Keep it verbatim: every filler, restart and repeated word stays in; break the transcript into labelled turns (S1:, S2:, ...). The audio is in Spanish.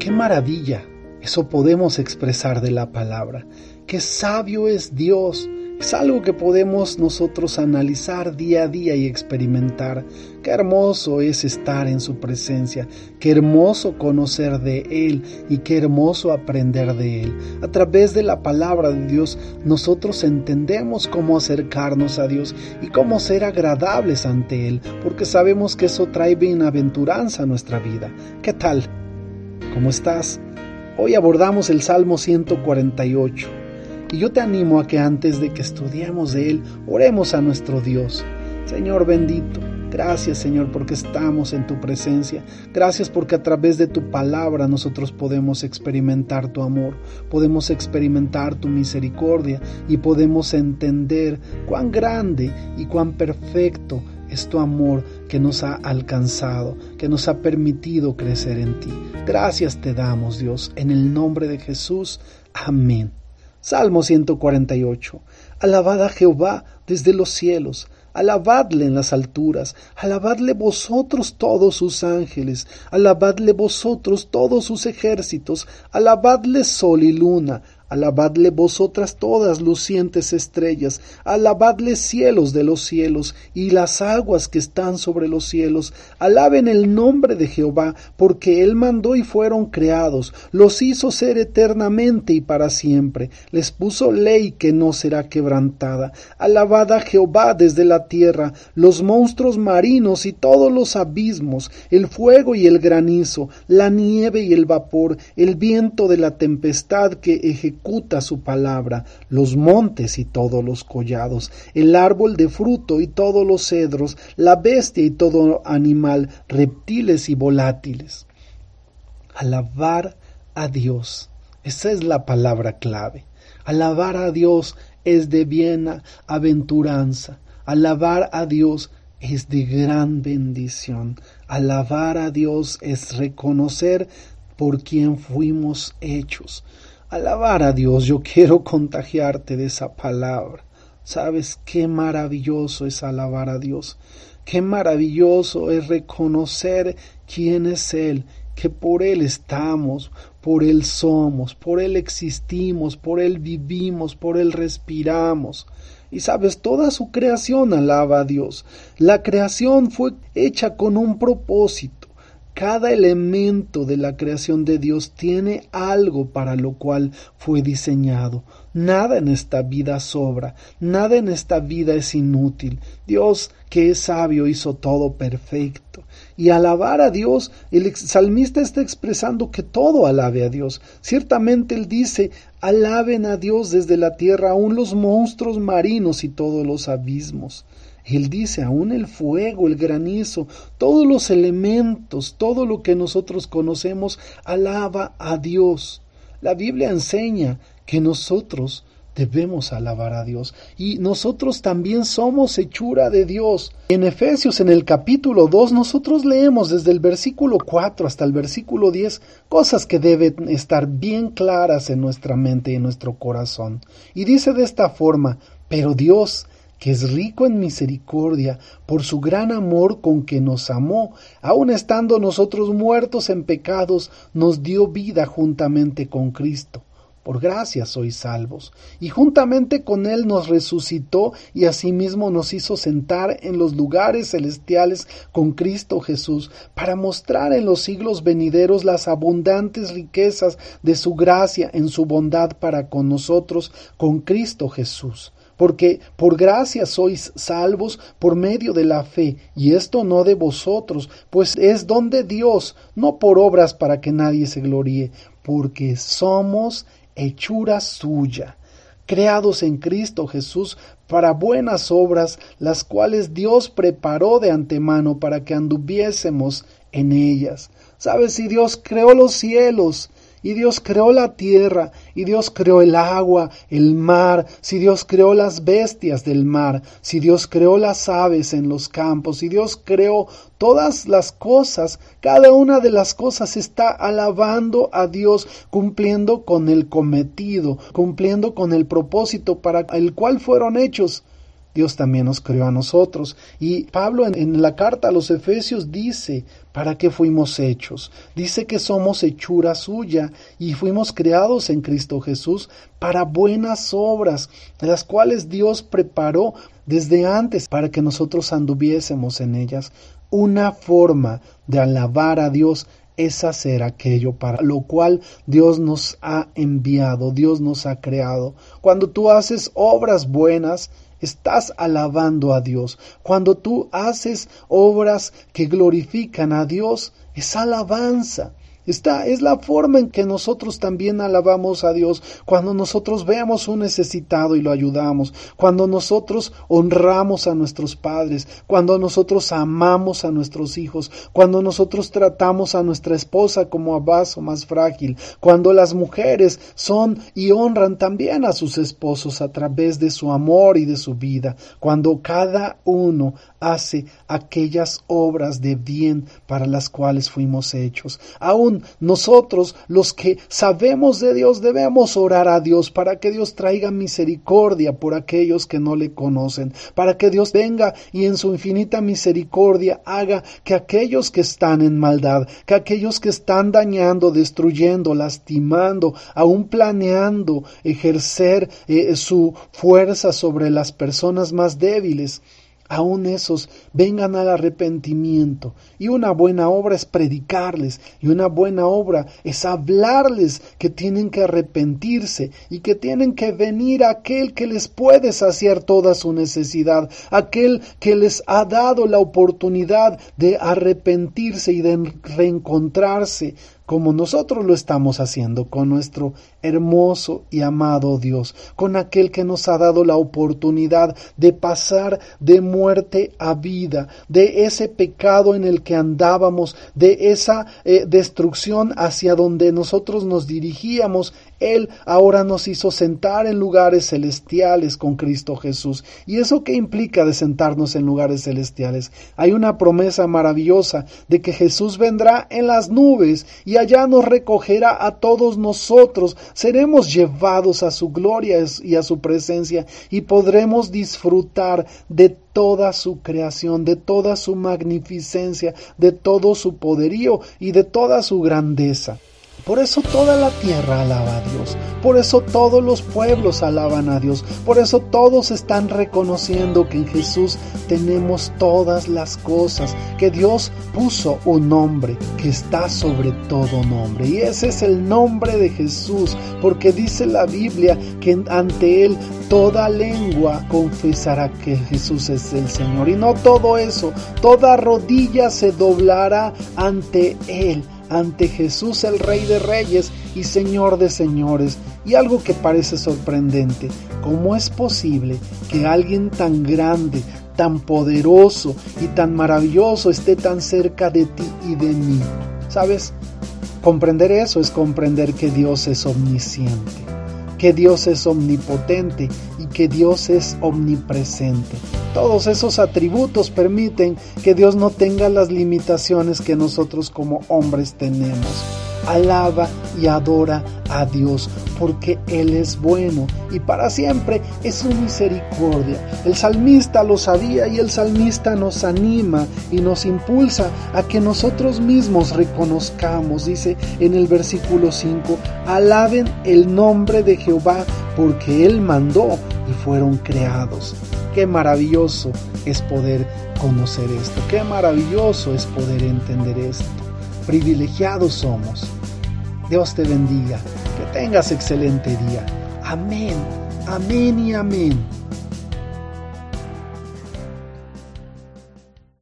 S1: Qué maravilla, eso podemos expresar de la palabra. Qué sabio es Dios. Es algo que podemos nosotros analizar día a día y experimentar. Qué hermoso es estar en su presencia, qué hermoso conocer de Él y qué hermoso aprender de Él. A través de la palabra de Dios nosotros entendemos cómo acercarnos a Dios y cómo ser agradables ante Él, porque sabemos que eso trae bienaventuranza a nuestra vida. ¿Qué tal? ¿Cómo estás? Hoy abordamos el Salmo ciento cuarenta y ocho. Y yo te animo a que antes de que estudiemos de él, oremos a nuestro Dios. Señor bendito, gracias Señor porque estamos en tu presencia. Gracias porque a través de tu palabra nosotros podemos experimentar tu amor, podemos experimentar tu misericordia y podemos entender cuán grande y cuán perfecto es tu amor que nos ha alcanzado, que nos ha permitido crecer en ti. Gracias te damos, Dios, en el nombre de Jesús. Amén. Salmo ciento cuarenta y ocho. Alabad a Jehová desde los cielos, alabadle en las alturas, alabadle vosotros todos sus ángeles, alabadle vosotros todos sus ejércitos, alabadle sol y luna, alabadle vosotras todas lucientes estrellas, alabadle cielos de los cielos y las aguas que están sobre los cielos, alaben el nombre de Jehová, porque él mandó y fueron creados, los hizo ser eternamente y para siempre, les puso ley que no será quebrantada. Alabad a Jehová desde la tierra, los monstruos marinos y todos los abismos, el fuego y el granizo, la nieve y el vapor, el viento de la tempestad que ejecuta su palabra, los montes y todos los collados, el árbol de fruto y todos los cedros, la bestia y todo animal, reptiles y volátiles. Alabar a Dios, esa es la palabra clave. Alabar a Dios es de bienaventuranza. Alabar a Dios es de gran bendición. Alabar a Dios es reconocer por quién fuimos hechos. Alabar a Dios, yo quiero contagiarte de esa palabra. ¿Sabes qué maravilloso es alabar a Dios? Qué maravilloso es reconocer quién es Él, que por Él estamos, por Él somos, por Él existimos, por Él vivimos, por Él respiramos. Y sabes, toda su creación alaba a Dios. La creación fue hecha con un propósito. Cada elemento de la creación de Dios tiene algo para lo cual fue diseñado. Nada en esta vida sobra, nada en esta vida es inútil. Dios, que es sabio, hizo todo perfecto. Y alabar a Dios, el salmista está expresando que todo alabe a Dios. Ciertamente él dice, alaben a Dios desde la tierra, aún los monstruos marinos y todos los abismos. Él dice, aún el fuego, el granizo, todos los elementos, todo lo que nosotros conocemos, alaba a Dios. La Biblia enseña que nosotros debemos alabar a Dios y nosotros también somos hechura de Dios. En Efesios, en el capítulo dos, nosotros leemos desde el versículo cuatro hasta el versículo diez cosas que deben estar bien claras en nuestra mente y en nuestro corazón. Y dice de esta forma, pero Dios, que es rico en misericordia, por su gran amor con que nos amó, aun estando nosotros muertos en pecados, nos dio vida juntamente con Cristo. Por gracia sois salvos, y juntamente con Él nos resucitó y asimismo nos hizo sentar en los lugares celestiales con Cristo Jesús, para mostrar en los siglos venideros las abundantes riquezas de su gracia en su bondad para con nosotros con Cristo Jesús. Porque por gracia sois salvos por medio de la fe, y esto no de vosotros, pues es don de Dios, no por obras para que nadie se gloríe, porque somos hechura suya, creados en Cristo Jesús para buenas obras, las cuales Dios preparó de antemano para que anduviésemos en ellas. ¿Sabes? Si Dios creó los cielos, y Dios creó la tierra, y Dios creó el agua, el mar, si Dios creó las bestias del mar, si Dios creó las aves en los campos, si Dios creó todas las cosas, cada una de las cosas está alabando a Dios, cumpliendo con el cometido, cumpliendo con el propósito para el cual fueron hechos. Dios también nos creó a nosotros. Y Pablo en, en la carta a los Efesios dice, ¿para qué fuimos hechos? Dice que somos hechura suya y fuimos creados en Cristo Jesús para buenas obras, las cuales Dios preparó desde antes para que nosotros anduviésemos en ellas. Una forma de alabar a Dios es hacer aquello para lo cual Dios nos ha enviado, Dios nos ha creado. Cuando tú haces obras buenas, estás alabando a Dios. Cuando tú haces obras que glorifican a Dios, es alabanza. Esta es la forma en que nosotros también alabamos a Dios, cuando nosotros vemos un necesitado y lo ayudamos, cuando nosotros honramos a nuestros padres, cuando nosotros amamos a nuestros hijos, cuando nosotros tratamos a nuestra esposa como a vaso más frágil, cuando las mujeres son y honran también a sus esposos a través de su amor y de su vida, cuando cada uno hace aquellas obras de bien para las cuales fuimos hechos. Aún nosotros, los que sabemos de Dios, debemos orar a Dios para que Dios traiga misericordia por aquellos que no le conocen, para que Dios venga y en su infinita misericordia haga que aquellos que están en maldad, que aquellos que están dañando, destruyendo, lastimando, aún planeando ejercer eh, su fuerza sobre las personas más débiles, aún esos vengan al arrepentimiento. Y una buena obra es predicarles, y una buena obra es hablarles que tienen que arrepentirse y que tienen que venir a aquel que les puede saciar toda su necesidad, aquel que les ha dado la oportunidad de arrepentirse y de reencontrarse, como nosotros lo estamos haciendo con nuestro hermoso y amado Dios, con aquel que nos ha dado la oportunidad de pasar de muerte a vida, de ese pecado en el que andábamos, de esa eh, destrucción hacia donde nosotros nos dirigíamos. Él ahora nos hizo sentar en lugares celestiales con Cristo Jesús. ¿Y eso qué implica de sentarnos en lugares celestiales? Hay una promesa maravillosa de que Jesús vendrá en las nubes y allá nos recogerá a todos nosotros. Seremos llevados a su gloria y a su presencia y podremos disfrutar de toda su creación, de toda su magnificencia, de todo su poderío y de toda su grandeza. Por eso toda la tierra alaba a Dios, por eso todos los pueblos alaban a Dios, por eso todos están reconociendo que en Jesús tenemos todas las cosas, que Dios puso un nombre que está sobre todo nombre, y ese es el nombre de Jesús, porque dice la Biblia que ante Él toda lengua confesará que Jesús es el Señor, y no todo eso, toda rodilla se doblará ante Él, ante Jesús el Rey de Reyes y Señor de Señores. Y algo que parece sorprendente, ¿cómo es posible que alguien tan grande, tan poderoso y tan maravilloso esté tan cerca de ti y de mí? ¿Sabes? Comprender eso es comprender que Dios es omnisciente, que Dios es omnipotente y que Dios es omnipresente. Todos esos atributos permiten que Dios no tenga las limitaciones que nosotros como hombres tenemos. Alaba y adora a Dios porque Él es bueno y para siempre es su misericordia. El salmista lo sabía y el salmista nos anima y nos impulsa a que nosotros mismos reconozcamos, dice en el versículo cinco, alaben el nombre de Jehová porque Él mandó y fueron creados. Qué maravilloso es poder conocer esto, qué maravilloso es poder entender esto. Privilegiados somos. Dios te bendiga, que tengas excelente día. Amén, amén y amén.